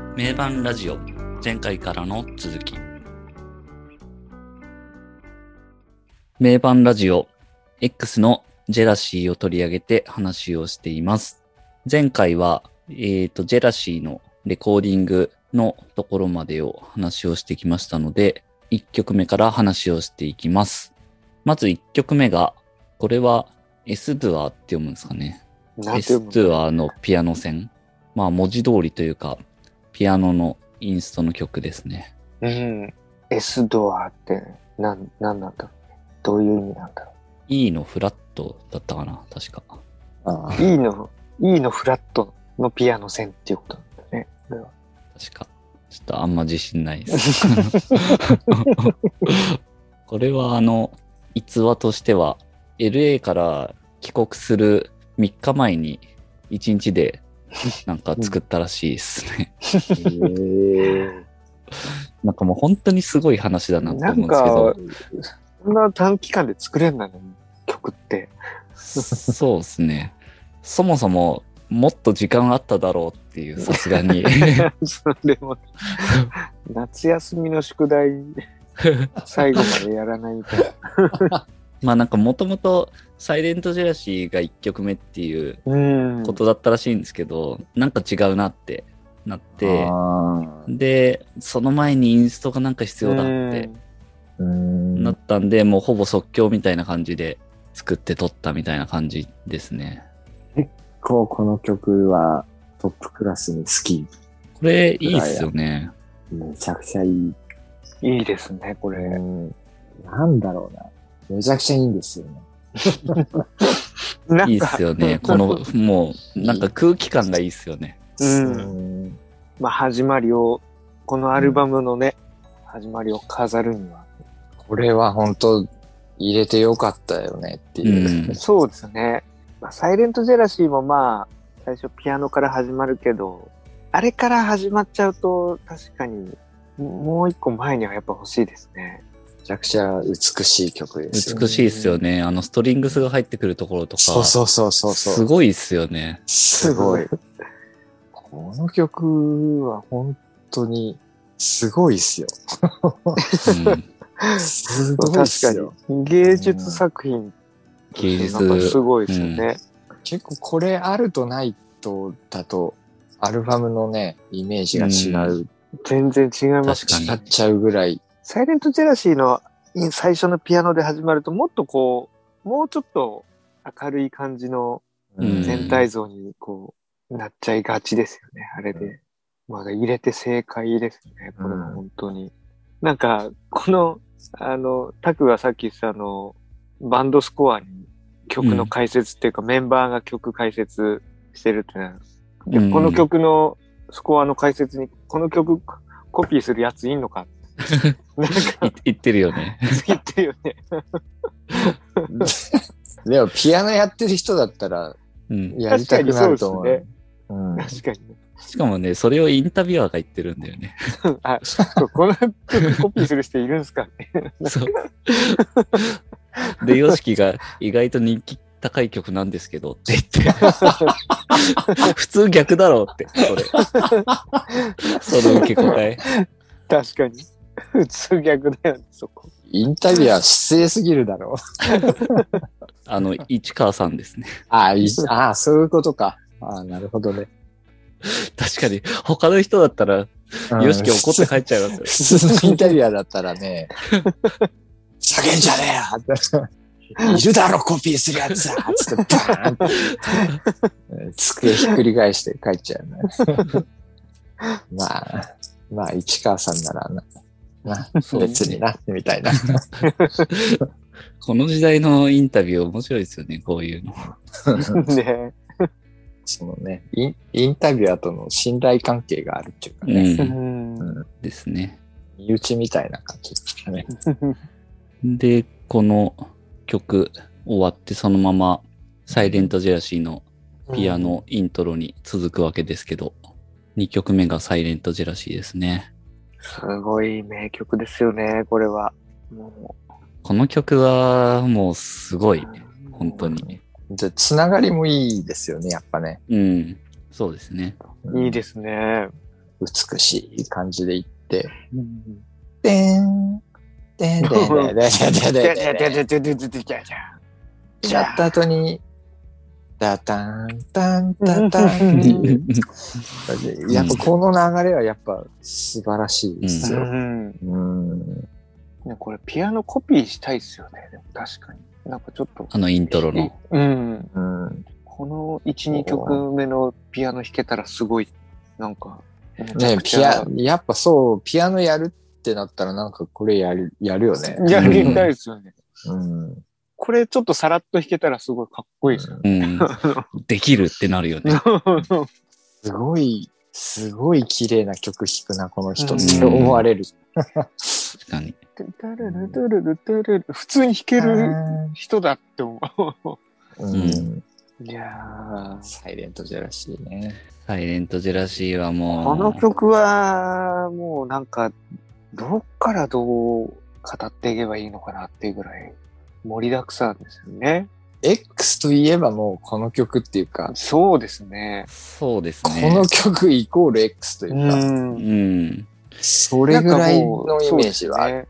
名盤ラジオ、前回からの続き。名盤ラジオ X のジェラシーを取り上げて話をしています。前回は、ジェラシーのレコーディングのところまでを話をしてきましたので、1曲目から話をしていきます。まず1曲目が、これはエスドゥアーって読むんですかね。エスドゥアーのピアノ線。まあ文字通りというか、ピアノのインストの曲ですね。 うん。エスドアってなんなんだろう。どういう意味なんだろう。 E のフラットだったかな、確か。 E のフラットのピアノ線っていうことなんだね。これは確か。ちょっとあんま自信ないです。これは逸話としては、LA から帰国する3日前に1日でなんか作ったらしいですね。なんかもう本当にすごい話だなって思うんですけど。 そんな短期間で作れんだね、曲って。 そうですね。そもそももっと時間あっただろうっていう、さすがに。 それも夏休みの宿題最後までやらないみたいな。 まあなんかもともとサイレントジェラシーが1曲目っていうことだったらしいんですけど、なんか違うなってなって、で、その前にインストがなんか必要だってなったんで、もうほぼ即興みたいな感じで作って撮ったみたいな感じですね。 結構この曲はトップクラスに好き。 これいいっすよね。 めちゃくちゃいい。 いいですね、これ。 なんだろうな。めちゃくちゃいいんですよね。いいっすよね。この、もう、なんか空気感がいいっすよね。 まあ、始まりを、このアルバムのね、始まりを飾るには。 これは本当入れてよかったよねっていう。 そうですね。まあ、サイレントジェラシーもまあ、最初ピアノから始まるけど、あれから始まっちゃうと、確かに、もう一個前にはやっぱ欲しいですね。 めちゃくちゃ美しい曲ですよね。美しいですよね。ストリングスが入ってくるところとか。 そう。 すごいっすよね。 すごい。この曲は本当にすごいっすよ。 すごいっすよ。確かに。芸術作品。 芸術。 すごいですよね。 結構これあるとないとだと、アルバムのね、イメージが違う。 全然違いますね。 違っちゃうぐらい。 サイレントジェラシーの最初のピアノで始まると、もっとこう、もうちょっと明るい感じの全体像にこう、なっちゃいがちですよね、あれで。まだ入れて正解ですね、これは本当に。なんか、この、タクがさっき言ってたバンドスコアに曲の解説っていうか、メンバーが曲解説してるってなる。この曲のスコアの解説に、この曲コピーするやついんのかなんか言ってるよね。 言ってるよね。 でもピアノやってる人だったらやりたくなると思う。 確かにね。 しかもね、それをインタビュアーが言ってるんだよね。 この曲コピーする人いるんすかね。 そう。で、ヨシキが意外と人気高い曲なんですけどって言って。普通逆だろうって、それ。その受け答え。 確かに。普通逆だよね、そこ。 インタビュアー失礼すぎるだろう。 市川さんですね。 そういうことか。なるほどね。 確かに、他の人だったら、よしき怒って帰っちゃいますよ。普通のインタビュアーだったらね、叫んじゃねえやいるだろ、コピーするやつはつってバーンって机ひっくり返して帰っちゃうね。まあ、市川さんなら別にな、みたいな。 この時代のインタビュー面白いですよね、こういうの。 ね。 そのね、インタビュアーとの信頼関係があるっていうかね。 ですね。 身内みたいな感じですかね。 で、この曲終わってそのままサイレントジェラシーのピアノイントロに続くわけですけど、2曲目がサイレントジェラシーですね。 すごい名曲ですよね、これは。もうこの曲はもうすごい、本当に。 で、つながりもいいですよね、やっぱね。 うん、そうですね。 いいですね。 美しい感じでいって、 うんでーん、でーん、でーん、でーん、でーん、でーん、でーん、やった後に、ダタン、タン、タタンっていう。やっぱこの流れはやっぱ素晴らしいですよ。 ね、これピアノコピーしたいっすよね。でも確かに。なんかちょっと。 イントロの。 この1、2曲目のピアノ弾けたらすごい、なんか。 ね、やっぱそう、ピアノやるってなったらなんかこれやるよね。 やりたいですよね。これちょっとさらっと弾けたらすごいかっこいいですよね。 できるってなるよね。 すごい綺麗な曲弾くな、この人って思われる。 確かに。 普通に弾ける人だって思う。いやー。 サイレントジェラシーね。 サイレントジェラシーはもう。 この曲は、もうなんか、どっからどう語っていけばいいのかなっていうぐらい盛りだくさんですよね。 X といえばもうこの曲っていうか。 そうですね。 そうですね。 この曲イコール X というか。それぐらいのイメージはある。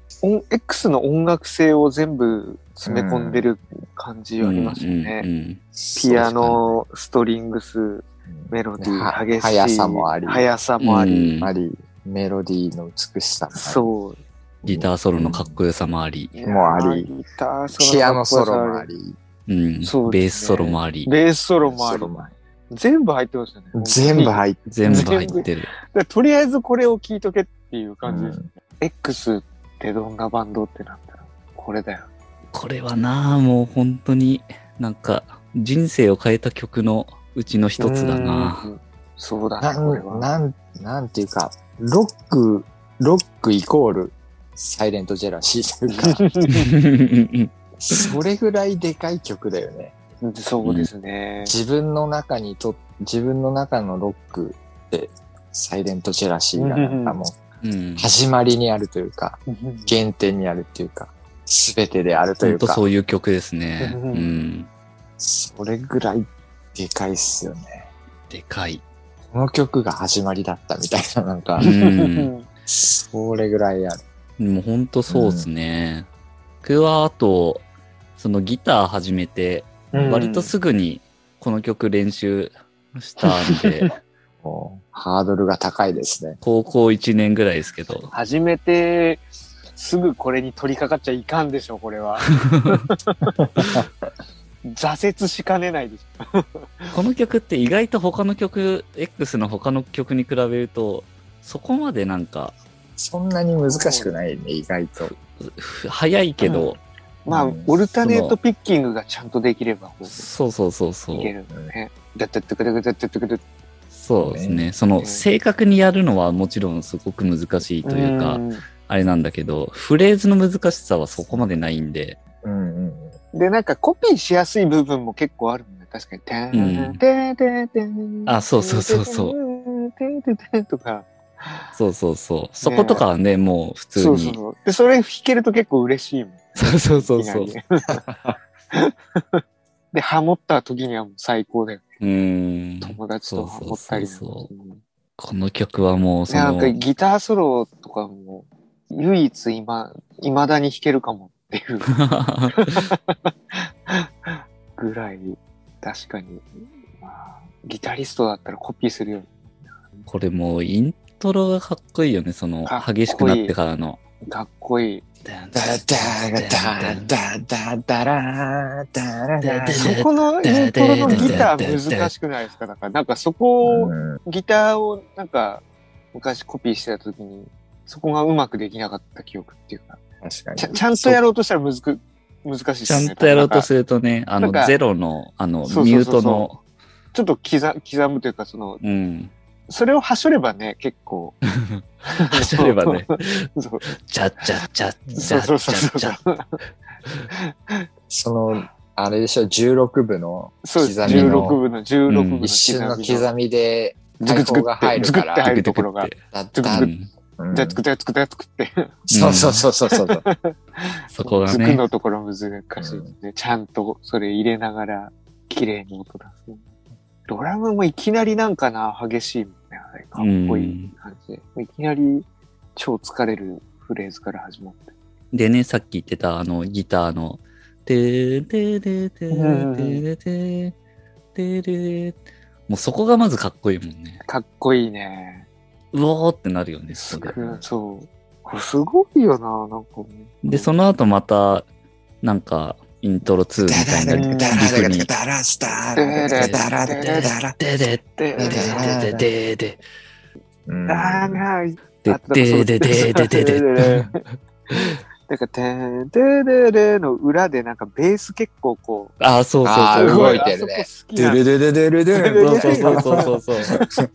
X の音楽性を全部詰め込んでる感じありますよね。ピアノ、ストリングス、メロディー、激しい。 速さもあり。メロディーの美しさもあり。 そう。 ギターソロのかっこよさもあり。 ギターソロピアノソロもあり。 ベースソロもあり。 ベースソロもあり。全部入ってますよね。 全部入ってる。 とりあえずこれを聴いとけっていう感じですね。X ってどんなバンドってなったら、これだよ。 これはなぁ、もう本当になんか人生を変えた曲のうちの一つだな。 そうだね、これは。 なんていうか、ロックイコールサイレントジェラシーというか、それぐらいでかい曲だよね。 そうですね。 自分の中のロックってサイレントジェラシーがなんかもう始まりにあるというか、原点にあるっていうか、すべてであるというか。 本当そういう曲ですね。 それぐらいでかいっすよね。 でかい。 この曲が始まりだったみたいな、なんか、それぐらいある。 もう本当そうですね。僕はあと、そのギター始めて、割とすぐにこの曲練習したんで、 ハードルが高いですね。 高校1年ぐらいですけど。 始めて、すぐこれに取り掛かっちゃいかんでしょ、これは。挫折しかねないでしょ。 この曲って意外と他の曲、X の他の曲に比べると、そこまでなんか、 そんなに難しくないね、意外と。 早いけど、 まあ、オルタネートピッキングがちゃんとできれば、 そう。 いけるんだね。 そうですね。その、正確にやるのはもちろんすごく難しいというか、あれなんだけど、フレーズの難しさはそこまでないんで。 で、なんかコピーしやすい部分も結構あるんだよ。確かに。 あ、そう。 とか。 そう。そことかはね、もう普通に。 そう。で、それ弾けると結構嬉しいもん。 そう。 で、ハモった時にはもう最高だよ。友達とハモったりそう。この曲はもうなんかギターソロとかも唯一未だに弾けるかもっていうぐらい、確かに、まあ、ギタリストだったらコピーするように。 これもうイントロがかっこいいよね、その激しくなってからの。 かっこいい。そこのイントロのギター難しくないですか？だからなんかそこを、ギターをなんか昔コピーしてた時に、そこがうまくできなかった記憶っていうか。 確かに。 ちゃんとやろうとしたら難しいですね。 ちゃんとやろうとするとね、ゼロの、ミュートの。 ちょっと刻むというか、その、それをはしょればね、結構。 はしょればね。チャッチャッチャッチャッチャッチャッ。 その、あれでしょ、16分の刻みの。16分の一瞬の刻みで、 ズクズクが入るから。ズクズクって入るところが。ズクズク。じゃつくって。そう。 そこがね。 ズクのところ難しいですね。ちゃんとそれ入れながら、綺麗に音出す。ドラムもいきなりなんかな、激しいもんね。かっこいい感じ。 て、いきなり超疲れるフレーズから始まって。 でね、さっき言ってたギターの、てーてーてーてーてーてーてーてー、もうそこがまずかっこいいもんね。 かっこいいね。 うおーってなるよね、そこで。 そう。これすごいよな、なんか。 で、その後また、なんか、イントロ2みたいなリフに。 ダラスターダラででででででで長い。 ででででででなんか、てーてーでーでーの裏でなんかベース結構こう。 あ、そうそうそう。 動いてるね。 ドゥルドゥルドゥルドゥルそうそうそうそうそう。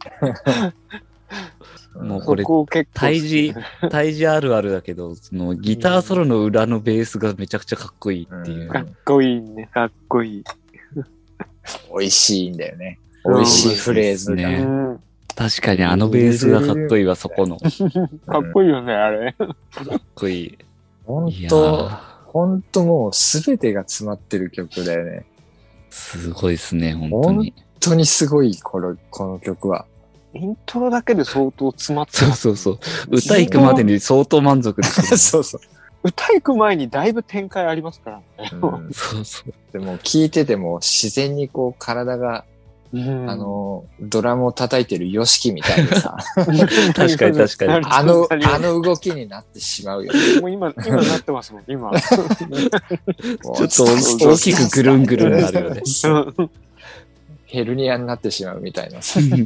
もうこれ、胎児あるあるだけど、そのギターソロの裏のベースがめちゃくちゃかっこいいっていう。 かっこいいね、かっこいい。 美味しいんだよね。美味しいフレーズね。確かにあのベースがかっこいいわ、そこの。 かっこいいよね、あれ。 かっこいい。 ほんともうすべてが詰まってる曲だよね。 すごいですね、本当に。 本当にすごい、この曲は。 イントロだけで相当詰まってる。 そうそうそう。歌行くまでに相当満足です、 ね。そうそう。 歌行く前にだいぶ展開ありますからね。 そうそう。 でも聴いてても自然にこう体が、ドラムを叩いてるヨシキみたいなさ。 確かに確かに。 あの動きになってしまうよね。 もう今なってますもん、今。 ちょっと大きくぐるんぐるんなるよね。 ヘルニアになってしまうみたいな。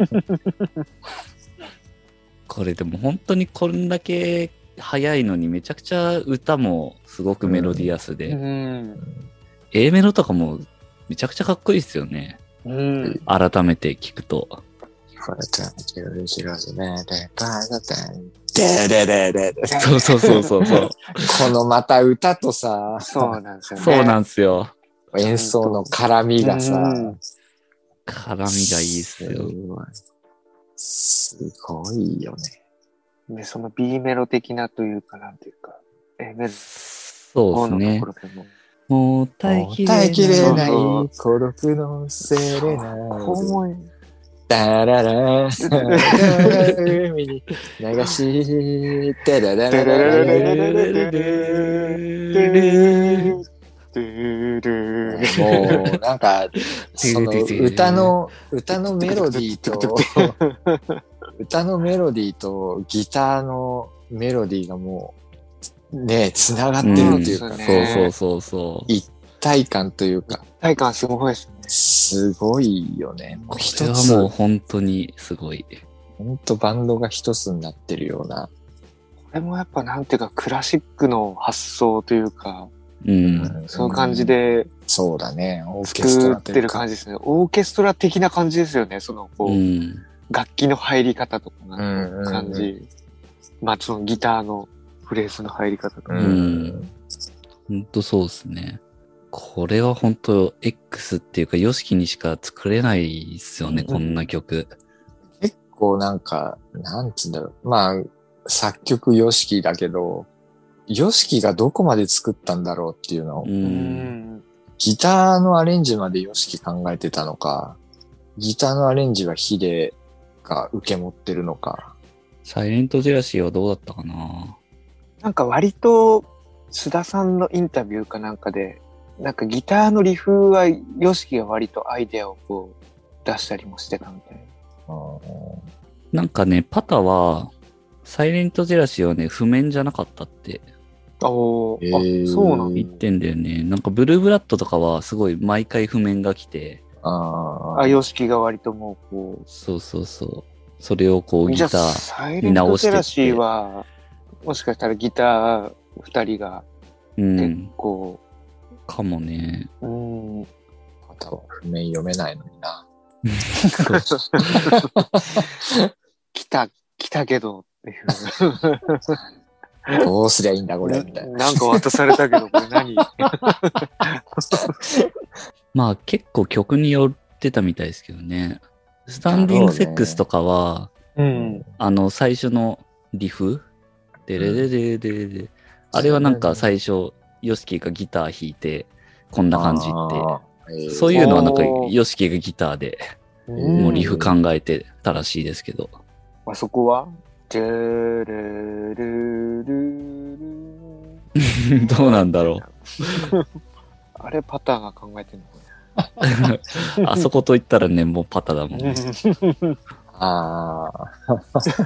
これでも本当にこんだけ速いのにめちゃくちゃ歌もすごくメロディアスで、A メロとかもめちゃくちゃかっこいいですよね。改めて聞くと。そうそうそうそう。 このまた歌とさ、 そうなんですよね。 そうなんですよ。 演奏の絡みがさ、 絡みがいいっすよ。 すごいよね。 で、その B メロ的なというか、なんていうか、A メロ。 そうですね。もう耐えきれない孤独のセレナーダララ海に流しダララララもうなんかその歌のメロディーとギターのメロディーがもうね、繋がってるっていうか、 そう。 一体感というか。 一体感すごいですね。 すごいよね。 これはもう本当にすごい。 本当バンドが一つになってるような。 これもやっぱなんていうかクラシックの発想というか、そういう感じで、 そうだね。 作ってる感じですね。オーケストラ的な感じですよね。そのこう、楽器の入り方とかの感じ。まあそのギターのフレーズの入り方とか。 本当そうですね。これは本当 X っていうか YOSHIKI にしか作れないですよね、こんな曲。 結構なんか、なんつうんだろう。まあ、作曲 YOSHIKI だけど、YOSHIKI がどこまで作ったんだろうっていうのを、ギターのアレンジまで YOSHIKI 考えてたのか、ギターのアレンジはHIDEが受け持ってるのか。 サイレントジェラシーはどうだったかな。 なんか割と須田さんのインタビューかなんかで、なんかギターのリフは YOSHIKI が割とアイデアをこう出したりもしてたみたいな。 なんかね、パタはサイレントジェラシーはね、譜面じゃなかったって。 そうなん言ってんだよね。なんかブルーブラッドとかはすごい毎回譜面が来て。 YOSHIKI が割ともうこう。 そう。それをこうギターに直してって。 サイレントジェラシーは、もしかしたらギター2人が結構、 かもね。 また譜面読めないのにな。 来たけどっていう。 どうすりゃいいんだこれみたいな。 なんか渡されたけどこれ何まあ結構曲によってたみたいですけどね。スタンディングセックスとかは、最初のリフでレレレレレ、あれはなんか最初、YOSHIKI がギター弾いて、こんな感じって、そういうのはなんか YOSHIKI がギターで、もうリフ考えてたらしいですけど。 あそこはドゥルルルルどうなんだろあれパターが考えてるう。あそこと言ったらね、もうパタだもんね。 のああ。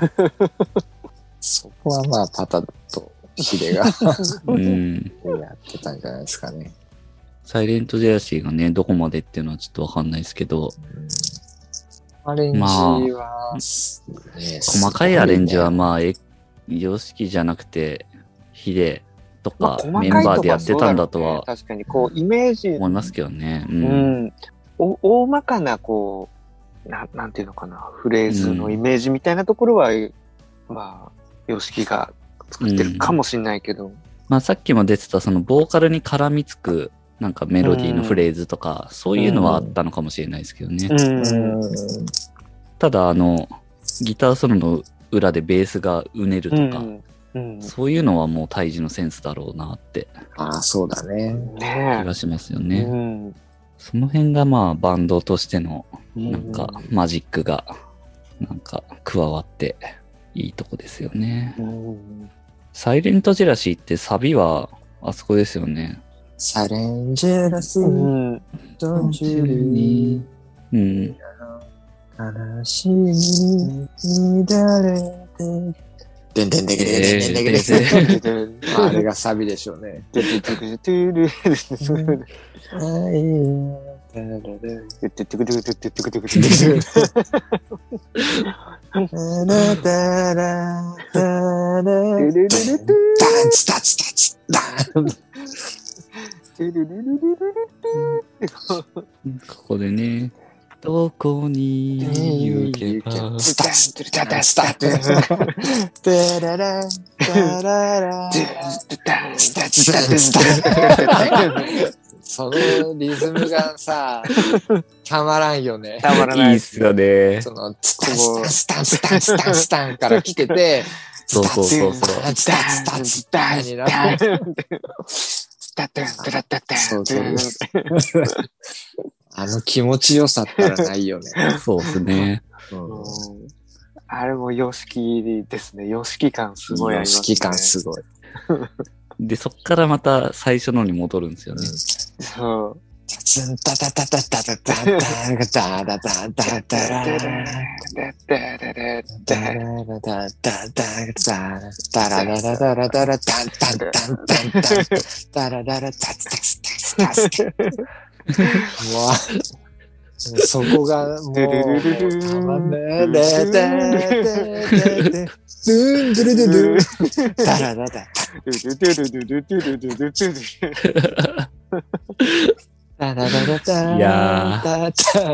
そこはまあ、パタとヒデがうん。 やってたんじゃないですかね。 サイレントジェラシーがね、どこまでっていうのはちょっとわかんないですけど、 アレンジは、 細かいアレンジはまあ、様式じゃなくて、ヒデとかメンバーでやってたんだとは確かにこうイメージ、 思いますけどね。う。 うんん、大まかなこうなんていうのかなフレーズのイメージみたいなところは、まあ様式が作ってるかもしれないけど、 まあさっきも出てたそのボーカルに絡みつくなんかメロディーのフレーズとか、そういうのはあったのかもしれないですけどね。ただギターソロの裏でベースがうねるとか、そういうのはもう胎児のセンスだろうなってああ、そうだね。 気ねがしますよえ、 ね。その辺がまあバンドとしてのなんかマジックがなんか加わっていいとこですよね。サイレントジェラシーってサビはあそこですよね。 サイレンジェラス、ドンジュリうん。 悲しみに乱れて、でんでんでけでけでんでんでけでけであれがサビでしょうね。 ここでね、どこに行けば、 スタッスタッスタッテララタララスタッスタッスタッそのリズムがさ、たまらんよね。 たまらない。 いいっすよね。 そのスタンスタンスタンスタンスタンスタンから来てて、 そうそうそうそう。 スタンスタンスタンになる。そうそう。あの気持ちよさったらないよね。 そうですね。 あれも様式ですね。様式感すごいありますね。 様式感すごい。 で、そっからまた最初のに戻るんですよね。 そう。 ツンタタタタタタタタタタタタタタラそこがもうたまんねえででドゥンドゥルドゥルダラダダいやー。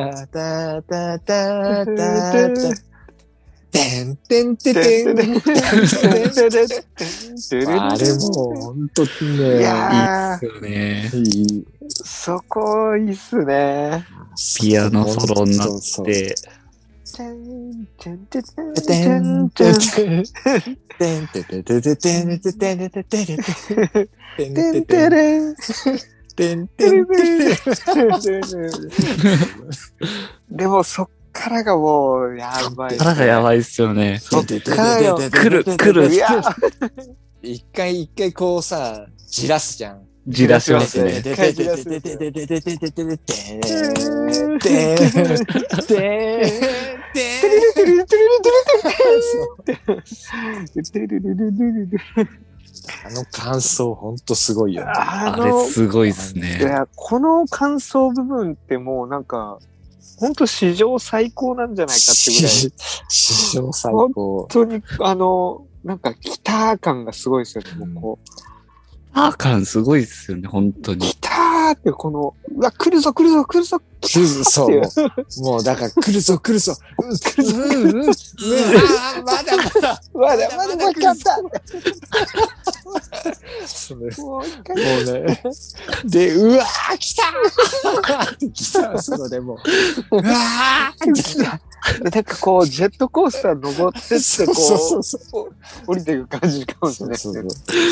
あれもう本当にね、 いやいいっすよね。 そこいいっすね。 ピアノソロになって、 でもそっからがもうやばい。 腹がやばいっすよね。 そっからよ。 来る。 いや、 一回こうさ、じらすじゃん。 じらしますね。 あの感想ほんとすごいよね。 あれすごいっすね。 いや、この感想部分ってもうなんか、ほんと史上最高なんじゃないかってぐらい。 史上最高。 本当に、なんかギター感がすごいですよね。もうこうギター感すごいっすよね、本当に。 ギターってこの、うわ、来るぞ。 そう。もうだから来るぞ。まだまだもう一回やったもうね。で、うわー来たー来たそのでもうわーなんかこう、ジェットコースター登ってってこう、降りていく感じかもしれないですね。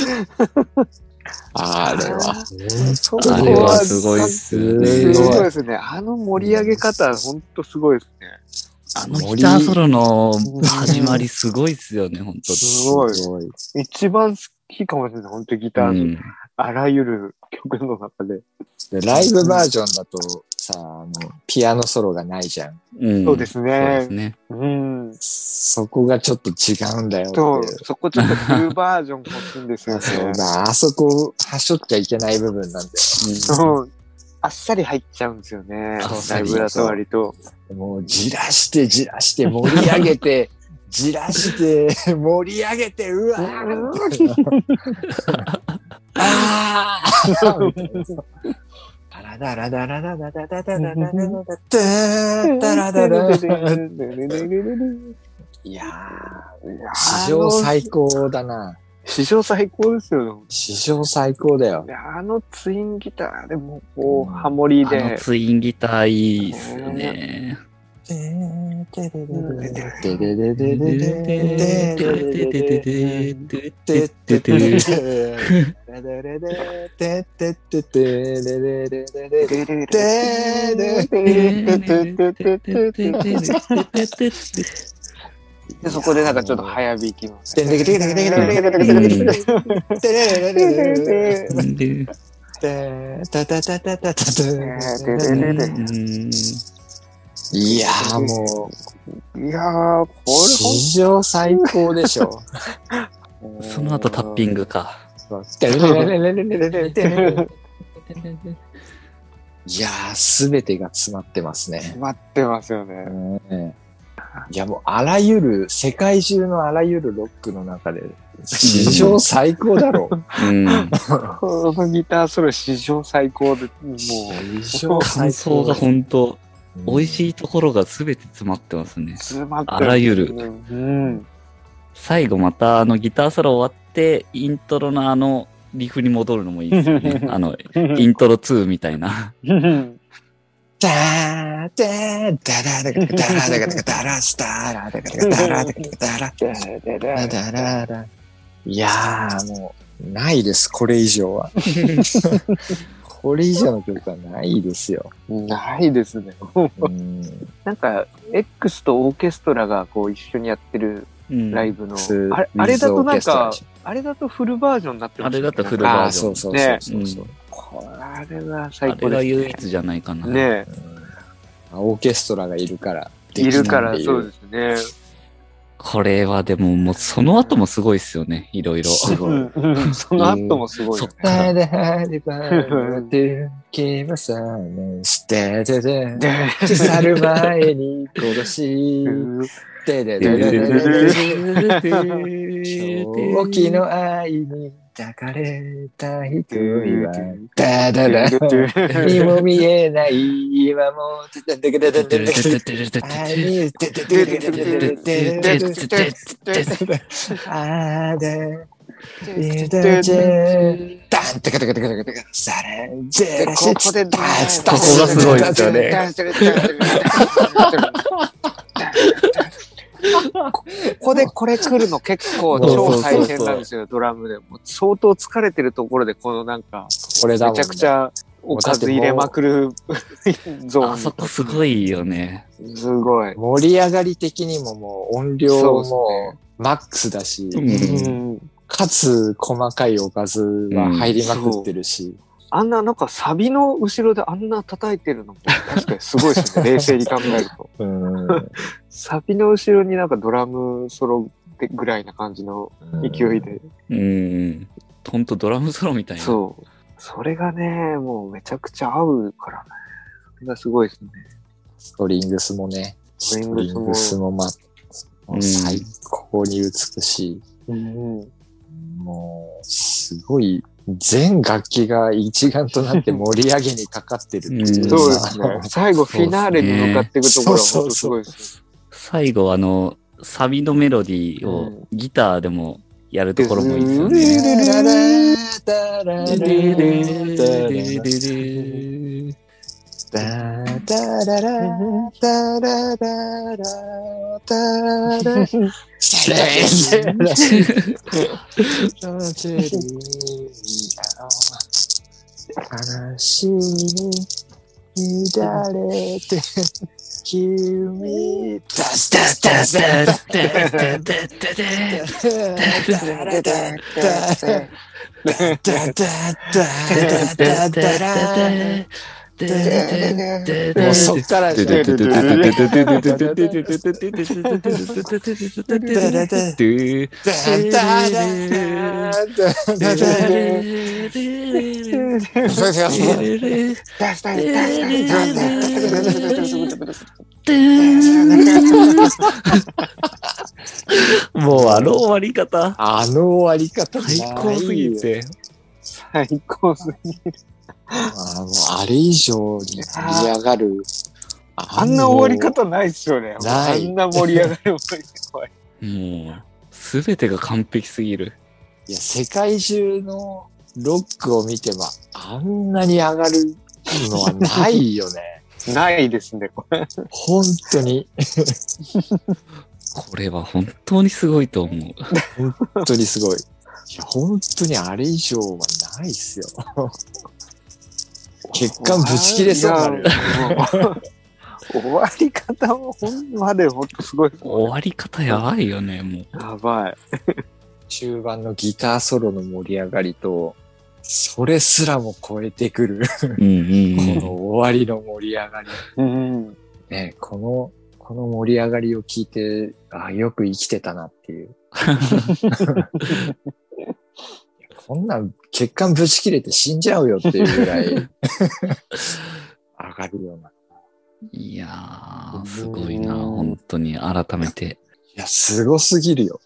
あれは。 あれはすごいっすよね。 すごいですね。あの盛り上げ方、ほんとすごいですね。 あのギターソロの始まりすごいっすよね、本当すごい。一番好きかもしれない、本当ギターの、あらゆる曲の中で。 ライブバージョンだとさ、ピアノソロがないじゃん。 そうですね。 そうですね。 そこがちょっと違うんだよって。 そこちょっとフルバージョン欲しいんですよね。 そうだ、あそこ、はしょっちゃいけない部分なんだよ。 そう。あっさり入っちゃうんですよね。ライブだと割と。 もう、じらして盛り上げて、じらして盛り上げて、うわーあーダラダラダラダラダラダラダラダラダラダラいやー、史上最高だな。 史上最高ですよ。 史上最高だよ。 あのツインギターでもこうハモリで。 あのツインギターいいっすよね。 で、そこでなんかちょっと早弾きの。 いやーもう。いやー、これ史上最高でしょ。 その後タッピングか。 いやー、すべてが詰まってますね。 詰まってますよね。 いやもうあらゆる、世界中のあらゆるロックの中で、史上最高だろう。 このギターソロ史上最高で、もう、 史上感想が本当美味しいところが全て詰まってますね。 詰まってあらゆる。最後またギターソロ終わって、イントロのリフに戻るのもいいですよね。イントロ2みたいな。ダーダーダラダラダラダラダラスターラダラダラダラダラ。 いやーもうないです、これ以上は。これ以上の曲はないですよ。 ないですね。なんか X とオーケストラがこう一緒にやってるライブの、あれだとなんかあれだとフルバージョンになってますね。 あれだとフルバージョン。 そう。 あれが最高ですね。 あれが唯一じゃないかな。 ね、 オーケストラがいるからいるからそうですね。 これはでももうその後もすごいっすよね。いろいろ。 すごい。その後もすごいよね。 去る前に殺し狂気の愛に抱かれた一人はダダダにも見えない今もあでダンテカテカテカテカされゼラシここでここがすごいですよね。 ここでこれ来るの結構超大変なんですよ、ドラムで。も相当疲れてるところで、このなんか、めちゃくちゃおかず入れまくるゾーン。 あそこすごいよね。 すごい。 盛り上がり的にももう音量もマックスだし、かつ細かいおかずは入りまくってるし。 あんななんかサビの後ろであんな叩いてるのも確かにすごいですね。冷静に考えると。サビの後ろになんかドラムソロぐらいな感じの勢いで。 ほんとドラムソロみたいな。 そう。それがね、もうめちゃくちゃ合うからね。それがすごいですね。 ストリングスもね。ストリングスも最高に美しい。もう、すごい、全楽器が一丸となって盛り上げにかかってるっていう。 そうですね。最後フィナーレに向かっていくところは本当すごいです。 最後サビのメロディーをギターでもやるところもいいですよね。 悲しみに乱れて君、ダスダスダスもうそっからもうあの終わり方、 あの終わり方最高すぎて。 最高すぎる。 もうあれ以上に盛り上がる。 あんな終わり方ないっすよね。 ないあんな盛り上がる終わり方。 もう、すべてが完璧すぎる。 いや、世界中のロックを見ても、あんなに上がるのはないよね。 ないですね、これ。 本当に。 これは本当にすごいと思う。 本当にすごい。いや、本当にあれ以上はないっすよ。血管ぶち切れそうになる。 終わり方もほんまでほんとすごい。 終わり方やばいよね、もう。 やばい。 中盤のギターソロの盛り上がりと、それすらも超えてくる、 うんうんこの終わりの盛り上がり。 うん。 ね、この盛り上がりを聞いて、よく生きてたなっていう。こんなん血管ぶち切れて死んじゃうよっていうぐらい上がるような。 いやー、すごいな、本当に改めて。 いや、すごすぎるよ。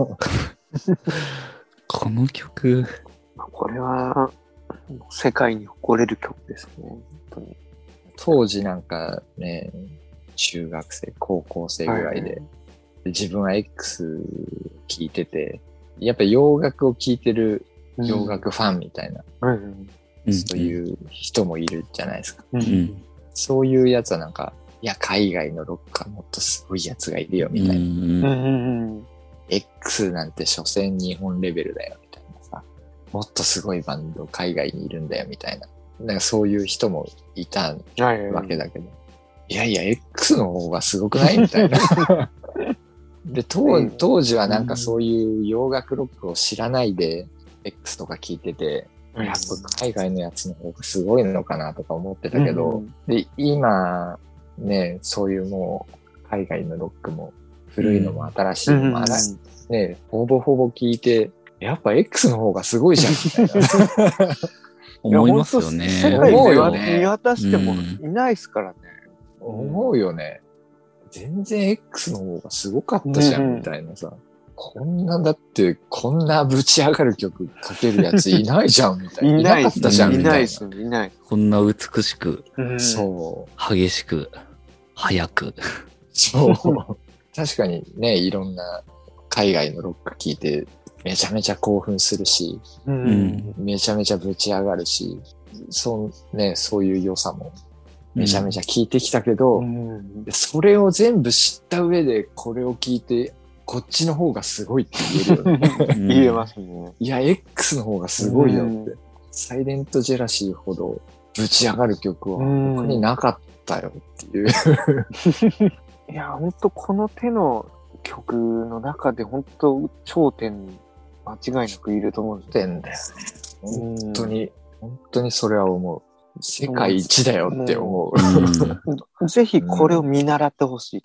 この曲、 これは、世界に誇れる曲ですね。本当に。 当時なんかね、中学生、高校生ぐらいで、自分は X 聴いてて、やっぱ洋楽を聴いてる洋楽ファンみたいな、そういう人もいるじゃないですか。そういうやつはなんか、いや、海外のロックはもっとすごいやつがいるよ、みたいな。X なんて所詮日本レベルだよ、みたいなさ。もっとすごいバンド海外にいるんだよ、みたいな。なんかそういう人もいたわけだけど。いやいや、X の方がすごくないみたいな。で、当時はなんかそういう洋楽ロックを知らないで、X とか聞いてて、やっぱ海外のやつの方がすごいのかなとか思ってたけど、で、今、ね、そういうもう、海外のロックも、古いのも新しいのもね、ほぼほぼ聞いて、やっぱ X の方がすごいじゃん、みたいな。 思いますよね。 世界で見渡してもいないですからね。 思うよね。全然 X の方がすごかったじゃん、みたいなさ。こんな、だって、こんなぶち上がる曲かけるやついないじゃん、みたいな。いなかったじゃん、みたいな。 いないですよ、いない。 こんな美しく、 そう。 激しく、早く。 そう。確かにね、いろんな海外のロック聴いて、めちゃめちゃ興奮するし、めちゃめちゃぶち上がるし、そういう良さもめちゃめちゃ聞いてきたけど、それを全部知った上でこれを聞いて、こっちの方がすごいって言えるよね。 言えますね。 いや、X の方がすごいよって。サイレントジェラシーほどぶち上がる曲は他になかったよっていう。 いや、ほんとこの手の曲の中でほんと頂点に間違いなくいると思うんですよ。 点だよね。本当にそれは思う。世界一だよって思う。ぜひこれを見習ってほしい。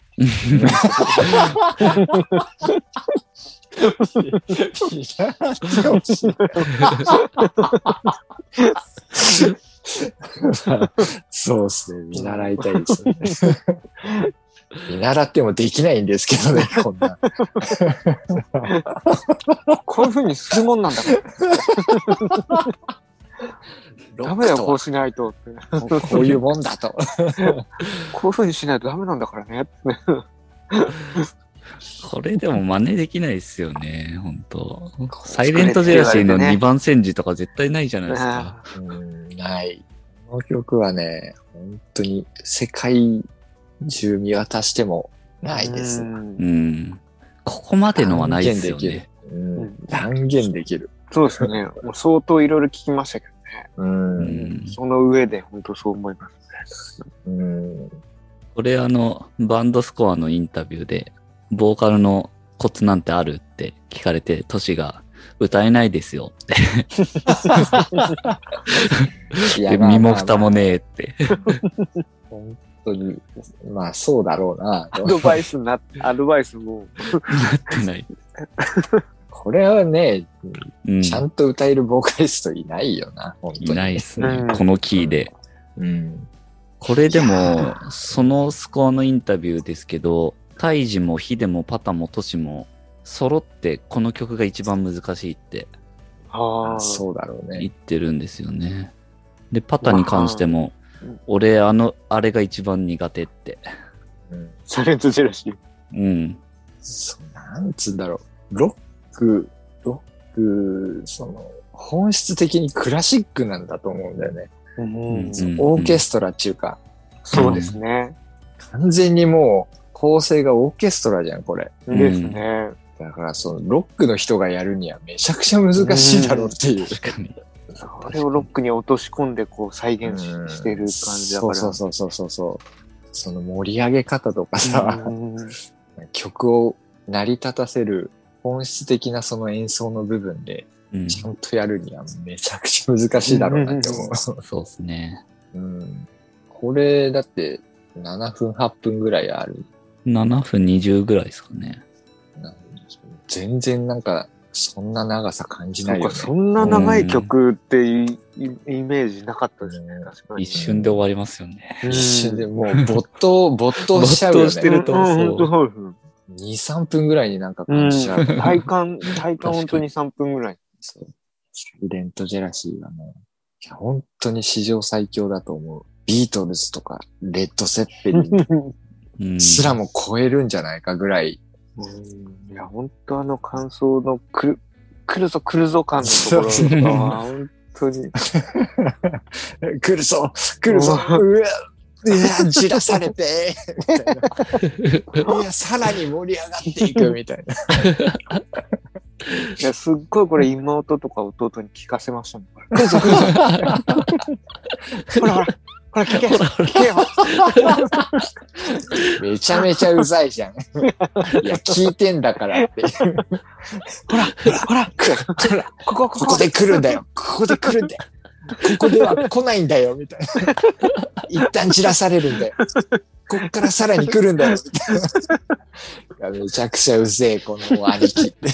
見習ってほしい。そうですね。見習いたいですね。見習ってもできないんですけどね、こんな。 こういう風にするもんなんだから。ダメだよ、こうしないとって。 こういうもんだと。 こういう風にしないとダメなんだからね。 これでも真似できないですよね、本当サイレントジェラシーの2番煎じとか絶対ないじゃないですか。 ない。この曲はね、本当に世界中見渡してもないです。 ここまでのはないですよね。 断言できる。 そうですね。もう相当いろいろ聞きましたけどね。その上で本当そう思いますね。 これバンドスコアのインタビューで、ボーカルのコツなんてあるって聞かれて、トシが歌えないですよって。で身も蓋もねえって。 本当に、まあそうだろうな。 アドバイスも。 なってない。 これはね、 うん、 ちゃんと歌えるボーカリストいないよな、本当に。 いないっすね、 うんこのキーで。 うん。 これでも、そのスコアのインタビューですけど、タイジもヒデもパタもトシも、揃ってこの曲が一番難しいってああ、 そうだろうね。 言ってるんですよね。で、パタに関してもうん、 俺あれが一番苦手って。 うん。 サイレントジェラシー。 うん。 そうなんつうんだろう。ロック、本質的にクラシックなんだと思うんだよね。 うんうんオーケストラっていうか、 そうですね。 完全にもう構成がオーケストラじゃん、これ。 んですね。 だからそのロックの人がやるにはめちゃくちゃ難しいだろうっていう。 確かに。 それをロックに落とし込んでこう再現してる感じだから。 そう。その盛り上げ方とかさ、 うん曲を成り立たせる本質的なその演奏の部分でうん。 ちゃんとやるにはめちゃくちゃ難しいだろうなって思う。 そうですね。 うん。これだって7分8分ぐらいある。 7分20ぐらいですかね。 全然なんかそんな長さ感じないよね。 そうか、そんな長い曲っていうイメージなかったですね。確かに。 一瞬で終わりますよね。 うん一瞬でもう没頭しちゃうよね。 没頭してると本当そうです。 2、3分ぐらいになんか感じちゃう。 体感本当に3分ぐらい。 そうサイレントジェラシーがね、いや本当に史上最強だと思う。ビートルズとか、レッドセッペリうん。 ンすらも超えるんじゃないかぐらい。 いや、本当感想の来るぞ感のところとかは、本当に。 来るぞうわ、じらされて、みたいな。いや、さらに盛り上がっていく、みたいな。 いや、すっごいこれ妹とか弟に聞かせましたもん。来るぞほら、聞けよ。 めちゃめちゃうざいじゃん。いや、聞いてんだからって。 ほら、こここで来るんだよ。ここで来るんだよ。ここでは来ないんだよ、みたいな。一旦散らされるんだよ。こっからさらに来るんだよ、みたいな。いやめちゃくちゃうぜえ、この兄貴って。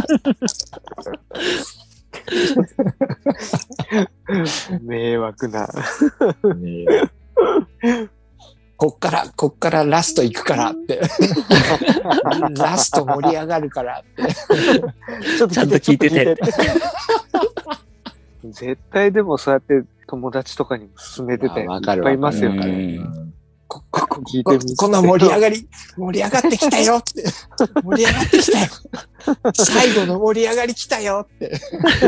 迷惑な。 ねえこっからラスト行くからって。ラスト盛り上がるからって。 ちょっちゃんと聞いてて。 絶対でもそうやって友達とかにも勧めてて、いっわかるぱいいますよわかるね。 こ聞いてみて。 この盛り上がってきたよって。盛り上がってきたよ。最後の盛り上がり来たよって。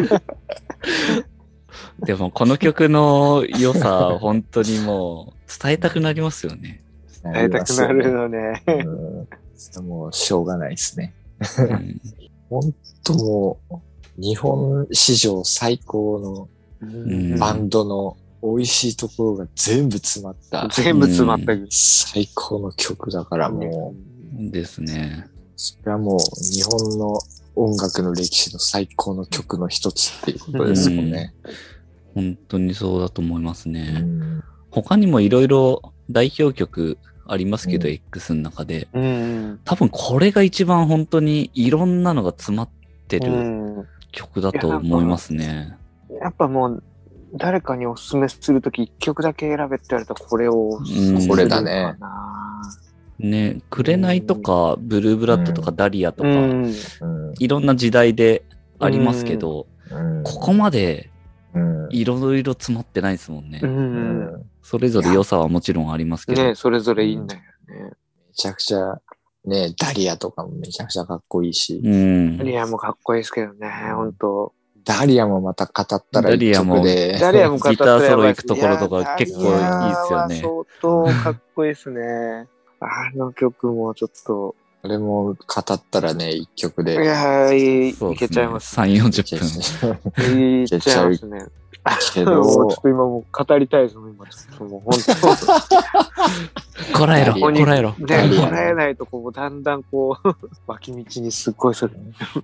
でもこの曲の良さ、本当にもう伝えたくなりますよね。 伝えたくなるのね。 もうしょうがないですね。 うん本当もう、日本史上最高のバンドの美味しいところが全部詰まった全部詰まった。 最高の曲だからもう、 ですね。 それはもう日本の音楽の歴史の最高の曲の一つっていうことですもんね。 本当にそうだと思いますうね。 ん他にもいろいろ代表曲ありますけど、 うん X の中で。 うん。 多分これが一番本当にいろんなのが詰まってうるん。 曲だと思いますね。 やっぱもう、誰かにおすすめするとき一曲だけ選べって言われたらこれをおすすめするかな。 これだね。 ね、紅とか、ブルーブラッドとか、ダリアとか、 うん。 いろんな時代でありますけど、 うんここまでうんいろいろ詰まってないですもんね。 うん。 それぞれ良さはもちろんありますけど。 ね、それぞれいいんだよね。 めちゃくちゃ、ね、ダリアとかもめちゃくちゃかっこいいし、 うん。 ダリアもかっこいいですけどね、ほんと。 ダリアもまた語ったら一ダリアも曲で、 ダリアも語ったらギターソロやばい行くところとか結構いいですよね。 ダリアは相当かっこいいですね。あの曲もちょっと、 あれも語ったらね、一曲いで。 やー、いそうですねけちゃいます。 3、40分。 いけちゃいますね。 けもうちょどっ、と今もう語りたいですもん、今ちょっともう本こらえろ、 ここにこらえろ。 当。 ダリアこらえないとこう、だんだんこう、脇道にすっごいする。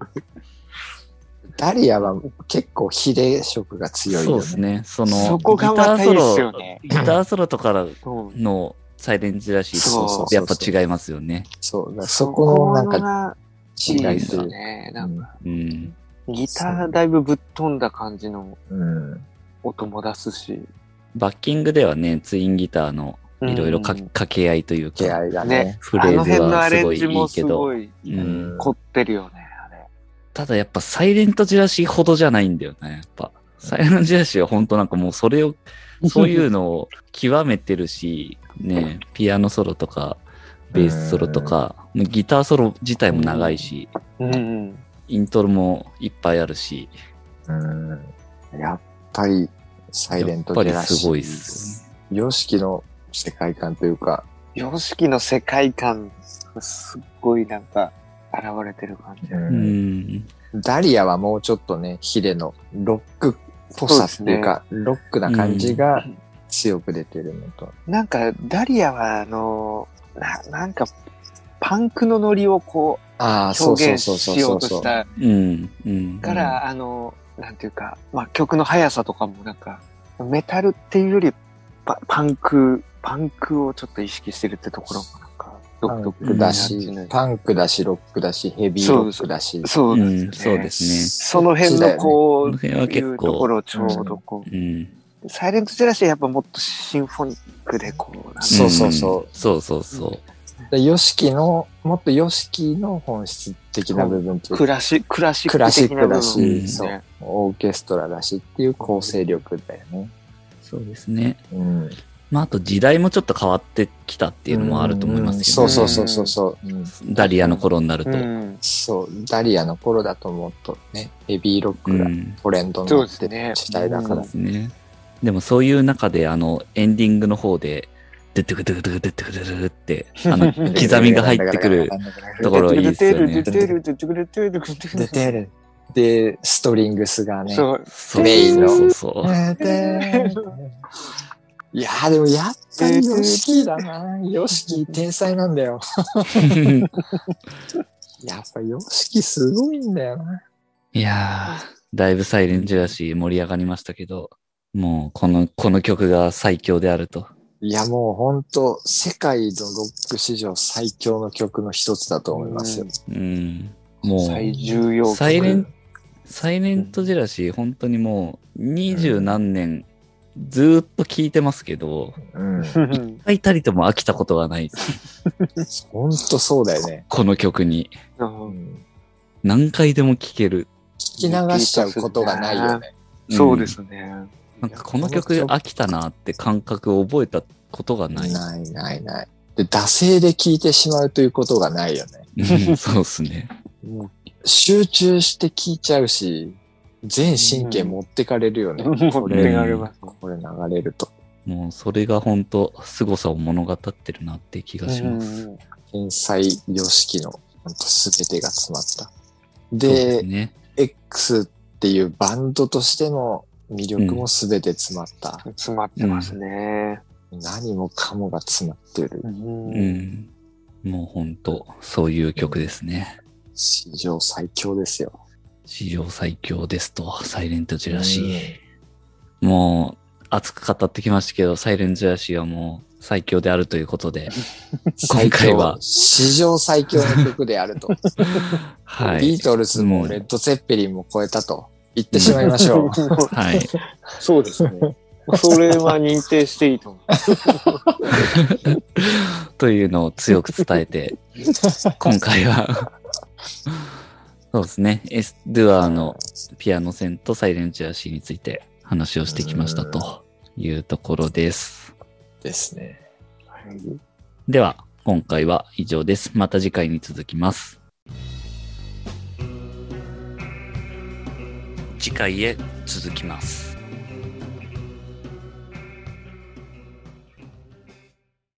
ダリアは結構ヒレ色が強いよね。 そうですね。その、 そこがまたいいっすよね。 ギターソロとかうんのサイレントジェラシそうそうーとやっぱ違いますよね。 そう。だからそこのなんかが違いというか。 ね。なんかうん。 ギターだいぶぶっ飛んだ感じのうん。 音も出すし。 バッキングではね、ツインギターのいろいろうん掛け合いというか、 気合がねね。 フレーズあの辺のはアレすごいいンジもすいけど、 ごいうん、 凝ってるよね、あれ。 ただやっぱサイレントジェラシーほどじゃないんだよね、やっぱ。サイレントジェラシーは本当なんかもうそれを、そういうのを極めてるし、ね、ピアノソロとか、ベースソロとか、ギターソロ自体も長いし、 うんうん。 イントロもいっぱいあるし、 うん。やっぱり、サイレントやっぱりジェラシー。 すごいっす。 ヨシキの世界観というか、 ヨシキの世界観がすっごいなんか現れてる感じ。 うん。 ダリアはもうちょっとね、ヒレのロックっぽさっていうか、ロックな感じが強く出てるのと。 なんか、ダリアはなんか、パンクのノリをこああ、 う、 そうそう表現そうそうしよそううそう。 としたうん。うん。 から、なんていうか、まあ曲の速さとかもなんか、メタルっていうよりパンクをちょっと意識してるってところもなんか、 パン独特クだしな感じ、 パンクだし、ロックだし、ヘビーロックだし。 そうですね。 うん、そうですね。 その辺のこう、 この辺は結いうとこ構、 ろをちょうどこうん。 う、サイレントジェラシーはやっぱもっとシンフォニックでこう、なんかそうそうそううん。そうそうそう。 でヨシキの、もっとヨシキの本質的な部分というか、 クラシッククラシ的ックだな部分し、 ですねそう、オーケストラだしっていう構成力だよね。 そうですね。 うん。 まあ、あと時代もちょっと変わってきたっていうのもあると思いますよね。 そうそうそうそう。うんダリアの頃になると。 うんそう、ダリアの頃だともっとね、ヘビーロックがうんトレンドになってる時代だからそうで。すね。でもそういう中で、エンディングの方で、ドゥドゥドゥドゥドゥドゥドゥドゥって、刻みが入ってくるところいいですよね。 出てる。で、ストリングスがね。 そう。 そうメインのそうそう。 いやーでもやっぱりヨシキだな。ヨシキ天才なんだよ。やっぱヨシキすごいんだよな。 いやー、だいぶサイレントだし盛り上がりましたけど、もうこの曲が最強であると。 いやもうほんと世界のロック史上最強の曲の一つだと思いますよ。 うん。も最う、 重要曲サイレントジェラシー、本当にもう、20何年、ずーっと聴いてますけど、 うん。 一回たりとも飽きたことがないです。 ほんとそうだよね。 この曲に。 ううんん何回でも聴ける。 聞き流しちゃうことがないよね。 そうですね。 なんかこの曲飽きたなって感覚を覚えたことがない。 ないないない。で、惰性で聞いてしまうということがないよね。 うんそうですね。 もう集中して聞いちゃうし、全神経持ってかれるよね。 持ってかれます。 これ流れると。 もうそれが本当凄さを物語ってるなって気がします。 天才ヨシキのほんと全てが詰まった。 そうですで、 ね。 X っていうバンドとしての魅力も全て詰まった。 詰まってますね。 何もかもが詰まってる。 うん。もう本当そういう曲ですね。 史上最強ですよ。 史上最強ですと、サイレントジェラシー。もう、熱く語ってきましたけど、サイレントジェラシーはもう最強であるということで、今回は史上最強の曲であると。 はい。 ビートルズもレッド・ゼッペリンも超えたと言ってしまいましょう。 はい。 そうですね。それは認定していいと思う。 というのを強く伝えて、今回は、そうですね、エス・ドゥアーのピアノ線とサイレントジェラシーについて話をしてきましたというところです。 ですね。 では、今回は以上です。また次回に続きます。次回へ続きます。